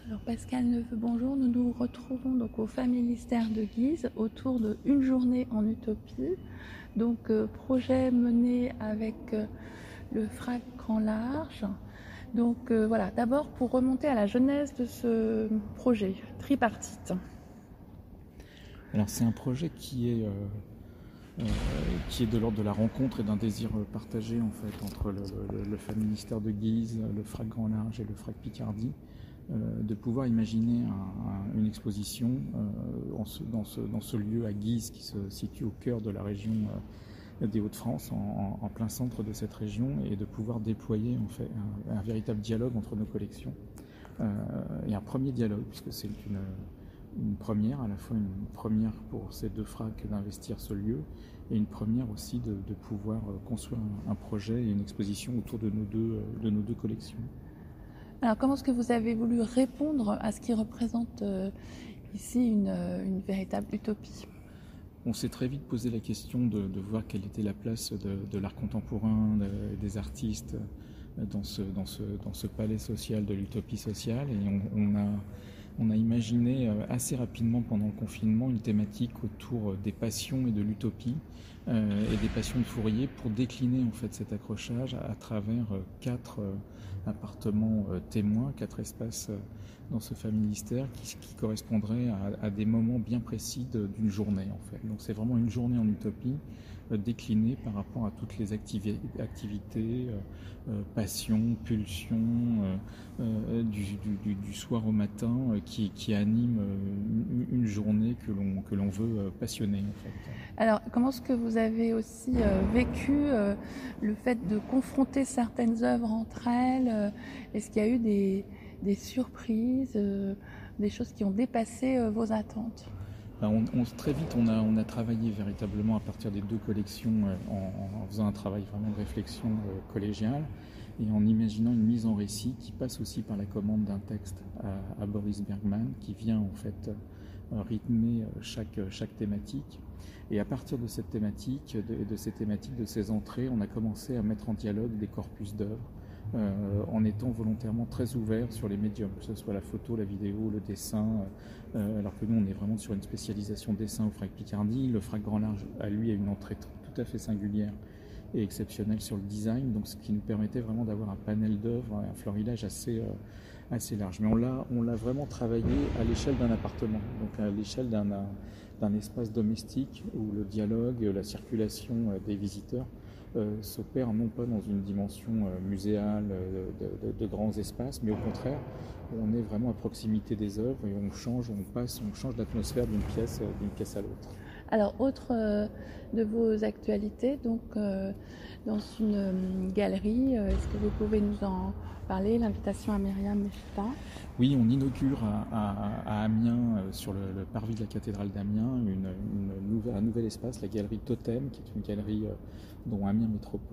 Alors Pascal Neveu, bonjour. Nous nous retrouvons donc au Familistère de Guise autour de Une journée en utopie. Donc projet mené avec le FRAC Grand Large. Donc voilà, d'abord pour remonter à la genèse de ce projet tripartite. Alors c'est un projet qui est de l'ordre de la rencontre et d'un désir partagé en fait entre le Familistère de Guise, le FRAC Grand Large et le FRAC Picardie, de pouvoir imaginer une exposition dans ce lieu à Guise qui se situe au cœur de la région des Hauts-de-France, en plein centre de cette région, et de pouvoir déployer en fait un véritable dialogue entre nos collections. Et un premier dialogue, puisque c'est une première, à la fois une première pour ces deux FRAC d'investir ce lieu, et une première aussi de pouvoir construire un projet et une exposition autour de nos deux collections. Alors comment est-ce que vous avez voulu répondre à ce qui représente ici une véritable utopie ? On s'est très vite posé la question de voir quelle était la place de l'art contemporain, des artistes dans ce palais social de l'utopie sociale, et on a imaginé assez rapidement pendant le confinement une thématique autour des passions et de l'utopie et des passions de Fourier, pour décliner en fait cet accrochage à travers 4 appartements témoins, 4 espaces dans ce familistère qui correspondraient à des moments bien précis d'une journée en fait. Donc c'est vraiment une journée en utopie déclinée par rapport à toutes les activités, passions, pulsions du soir au matin qui animent une journée que l'on veut passionner en fait. Alors comment est-ce que vous avez aussi vécu le fait de confronter certaines œuvres entre elles ? Est-ce qu'il y a eu des surprises, des choses qui ont dépassé vos attentes ? Très vite, on a travaillé véritablement à partir des deux collections en faisant un travail vraiment de réflexion collégiale et en imaginant une mise en récit qui passe aussi par la commande d'un texte à Boris Bergman qui vient en fait rythmer chaque thématique. Et à partir de cette thématique, de ces entrées, on a commencé à mettre en dialogue des corpus d'œuvres en étant volontairement très ouvert sur les médiums, que ce soit la photo, la vidéo, le dessin, alors que nous on est vraiment sur une spécialisation dessin au FRAC Picardie. Le FRAC Grand Large a une entrée tout à fait singulière et exceptionnelle sur le design, donc ce qui nous permettait vraiment d'avoir un panel d'œuvres, un florilège assez large. Mais on l'a vraiment travaillé à l'échelle d'un appartement, donc à l'échelle d'un espace domestique où le dialogue, la circulation des visiteurs s'opère non pas dans une dimension muséale de grands espaces, mais au contraire, on est vraiment à proximité des œuvres et on change l'atmosphère d'une pièce à l'autre. Alors, autre de vos actualités, donc dans une galerie, est-ce que vous pouvez nous en parler, l'invitation à Myriam Mechita ? Oui, on inaugure à Amiens, sur le parvis de la cathédrale d'Amiens, un nouvel espace, la galerie Totem, qui est une galerie dont Amiens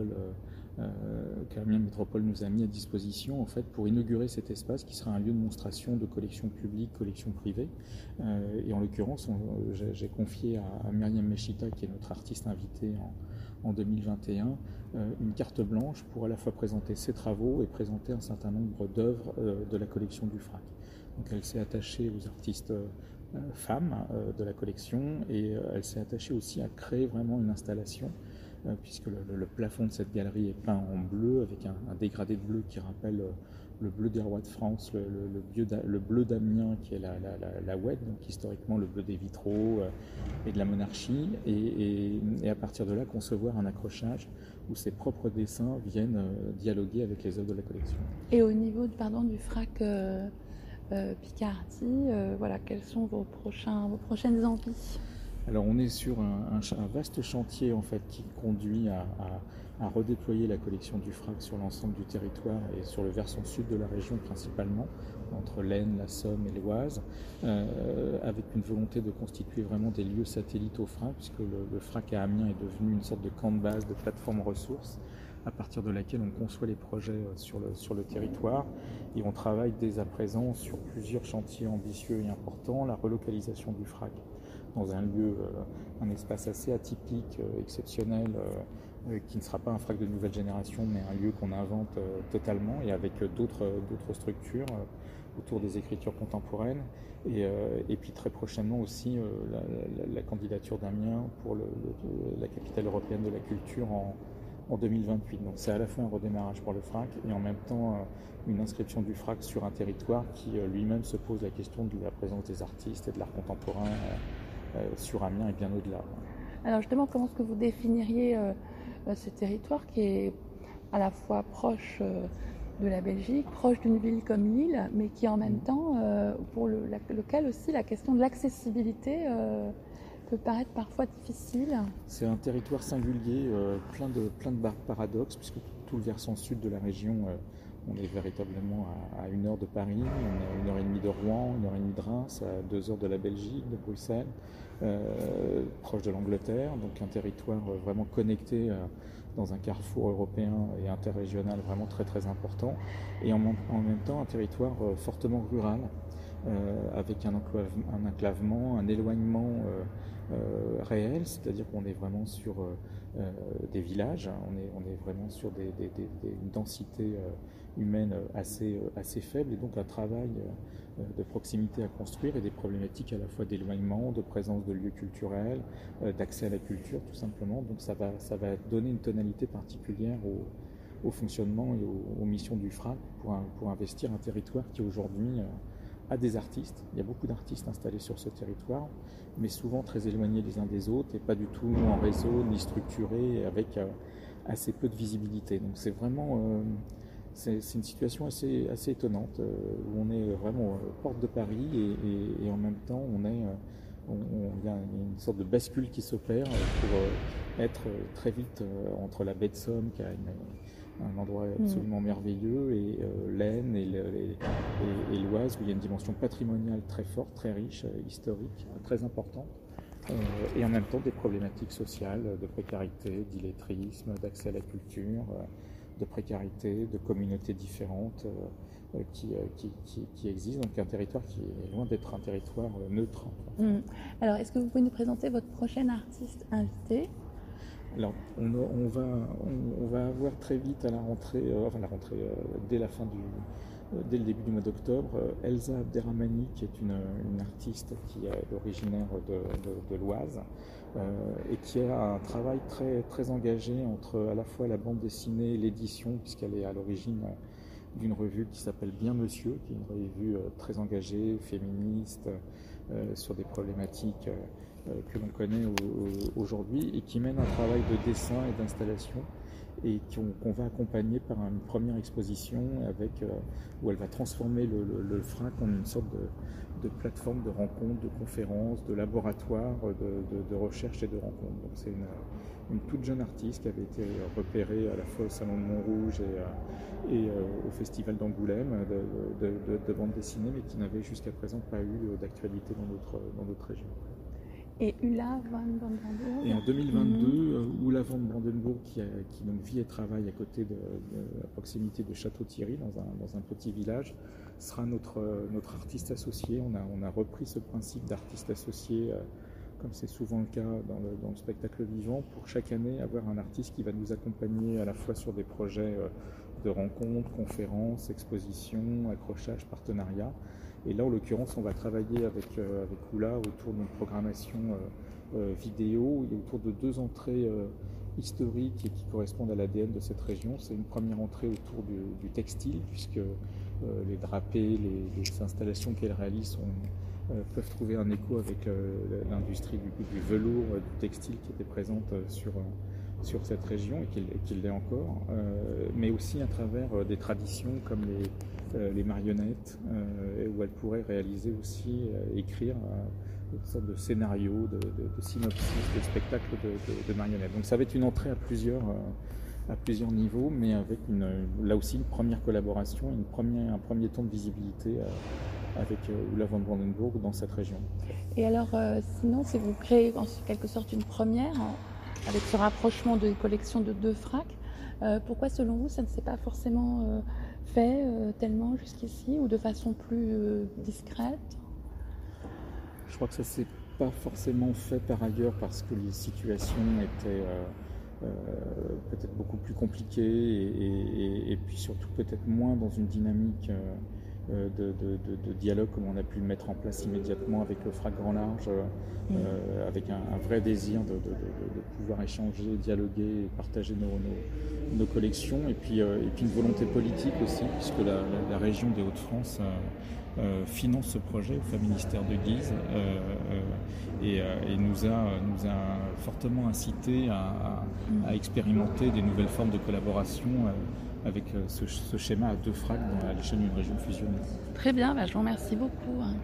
Métropole nous a mis à disposition en fait pour inaugurer cet espace qui sera un lieu de monstration de collections publiques, collections privées. Et en l'occurrence, j'ai confié à Myriam Mechita, qui est notre artiste invitée en 2021, une carte blanche pour à la fois présenter ses travaux et présenter un certain nombre d'œuvres de la collection du FRAC. Donc elle s'est attachée aux artistes femmes de la collection et elle s'est attachée aussi à créer vraiment une installation puisque le plafond de cette galerie est peint en bleu avec un dégradé de bleu qui rappelle le bleu des rois de France, le bleu d'Amiens qui est la oued, donc historiquement le bleu des vitraux et de la monarchie, et à partir de là concevoir un accrochage où ses propres dessins viennent dialoguer avec les œuvres de la collection. Et au niveau du FRAC Picardie, voilà, quelles sont vos prochaines envies ? Alors on est sur un vaste chantier en fait qui conduit à redéployer la collection du FRAC sur l'ensemble du territoire et sur le versant sud de la région principalement, entre l'Aisne, la Somme et l'Oise, avec une volonté de constituer vraiment des lieux satellites au FRAC, puisque le FRAC à Amiens est devenu une sorte de camp de base, de plateforme ressources, à partir de laquelle on conçoit les projets sur le territoire, et on travaille dès à présent sur plusieurs chantiers ambitieux et importants, la relocalisation du FRAC dans un lieu, un espace assez atypique, exceptionnel, qui ne sera pas un FRAC de nouvelle génération, mais un lieu qu'on invente totalement et avec d'autres structures autour des écritures contemporaines. Et puis très prochainement aussi la candidature d'Amiens pour la capitale européenne de la culture en 2028. Donc c'est à la fois un redémarrage pour le FRAC et en même temps une inscription du FRAC sur un territoire qui lui-même se pose la question de la présence des artistes et de l'art contemporain sur Amiens et bien au-delà. Alors justement, comment est-ce que vous définiriez ce territoire qui est à la fois proche de la Belgique, proche d'une ville comme Lille, mais qui en même temps, pour lequel aussi la question de l'accessibilité peut paraître parfois difficile. C'est un territoire singulier, plein de paradoxes, puisque tout le versant sud de la région, on est véritablement à 1 heure de Paris, on est à 1h30 de Rouen, 1h30 de Reims, à 2 heures de la Belgique, de Bruxelles, proche de l'Angleterre, donc un territoire vraiment connecté dans un carrefour européen et interrégional vraiment très très important, et en même temps un territoire fortement rural, avec un enclavement, un éloignement réel, c'est-à-dire qu'on est vraiment sur des villages, on est vraiment sur une densité humaine assez faible, et donc un travail de proximité à construire et des problématiques à la fois d'éloignement, de présence de lieux culturels, d'accès à la culture tout simplement. Donc ça va donner une tonalité particulière au fonctionnement et aux missions du FRAC pour investir un territoire qui aujourd'hui a des artistes. Il y a beaucoup d'artistes installés sur ce territoire, mais souvent très éloignés les uns des autres et pas du tout en réseau ni structurés, avec assez peu de visibilité. Donc c'est vraiment c'est une situation assez étonnante où on est vraiment porte de Paris et en même temps il y a une sorte de bascule qui s'opère pour être très vite entre la baie de Somme, qui a un endroit absolument merveilleux, et l'Aisne et l'Oise, où il y a une dimension patrimoniale très forte, très riche, historique, très importante, et en même temps des problématiques sociales, de précarité, d'illettrisme, d'accès à la culture, de précarité, de communautés différentes qui existent. Donc un territoire qui est loin d'être un territoire neutre. Alors, est-ce que vous pouvez nous présenter votre prochaine artiste invitée ? Alors, on va avoir très vite à la rentrée, dès le début du mois d'octobre, Elsa Abderrahmani, qui est une artiste qui est originaire de l'Oise, et qui a un travail très, très engagé entre à la fois la bande dessinée et l'édition, puisqu'elle est à l'origine d'une revue qui s'appelle Bien Monsieur, qui est une revue très engagée, féministe, sur des problématiques que l'on connaît aujourd'hui, et qui mène un travail de dessin et d'installation, et qu'on va accompagner par une première exposition où elle va transformer le FRAC en une sorte de plateforme de rencontres, de conférences, de laboratoire, de recherche et de rencontres. Donc c'est une toute jeune artiste qui avait été repérée à la fois au Salon de Montrouge et au Festival d'Angoulême de bande dessinée, mais qui n'avait jusqu'à présent pas eu d'actualité dans notre région. Et Ulla van Brandenburg. Et en 2022, Ulla van Brandenburg, qui donc vit et travaille à côté à proximité de Château-Thierry, dans un petit village, sera notre artiste associé. On a repris ce principe d'artiste associé, comme c'est souvent le cas dans le spectacle vivant, pour chaque année avoir un artiste qui va nous accompagner à la fois sur des projets de rencontres, conférences, expositions, accrochages, partenariats. Et là, en l'occurrence, on va travailler avec Ulla autour d'une programmation vidéo et autour de 2 entrées historiques et qui correspondent à l'ADN de cette région. C'est une première entrée autour du textile, puisque les drapés, les installations qu'elle réalise peuvent trouver un écho avec l'industrie du velours, du textile qui était présente sur cette région et qui l'est encore, mais aussi à travers des traditions comme les marionnettes, où elle pourrait réaliser aussi, écrire une sorte de scénario, de synopsis, de spectacle de marionnettes. Donc ça va être une entrée à plusieurs niveaux, mais avec là aussi une première collaboration, un premier temps de visibilité avec Ulla van Brandenburg dans cette région. Et alors, sinon, si vous créez en quelque sorte une première, avec ce rapprochement de collections de 2 FRAC, pourquoi selon vous ça ne s'est pas forcément fait tellement jusqu'ici, ou de façon plus discrète ? Je crois que ça ne s'est pas forcément fait par ailleurs parce que les situations étaient peut-être beaucoup plus compliquées et puis surtout peut-être moins dans une dynamique de dialogue comme on a pu le mettre en place immédiatement avec le FRAC Grand Large, avec un vrai désir de pouvoir échanger, dialoguer et partager nos collections, et puis une volonté politique aussi, puisque la région des Hauts-de-France finance ce projet au ministère de Guise et nous a fortement incité à expérimenter des nouvelles formes de collaboration avec ce schéma à 2 FRAC à l'échelle d'une région fusionnée. Très bien, je vous remercie beaucoup.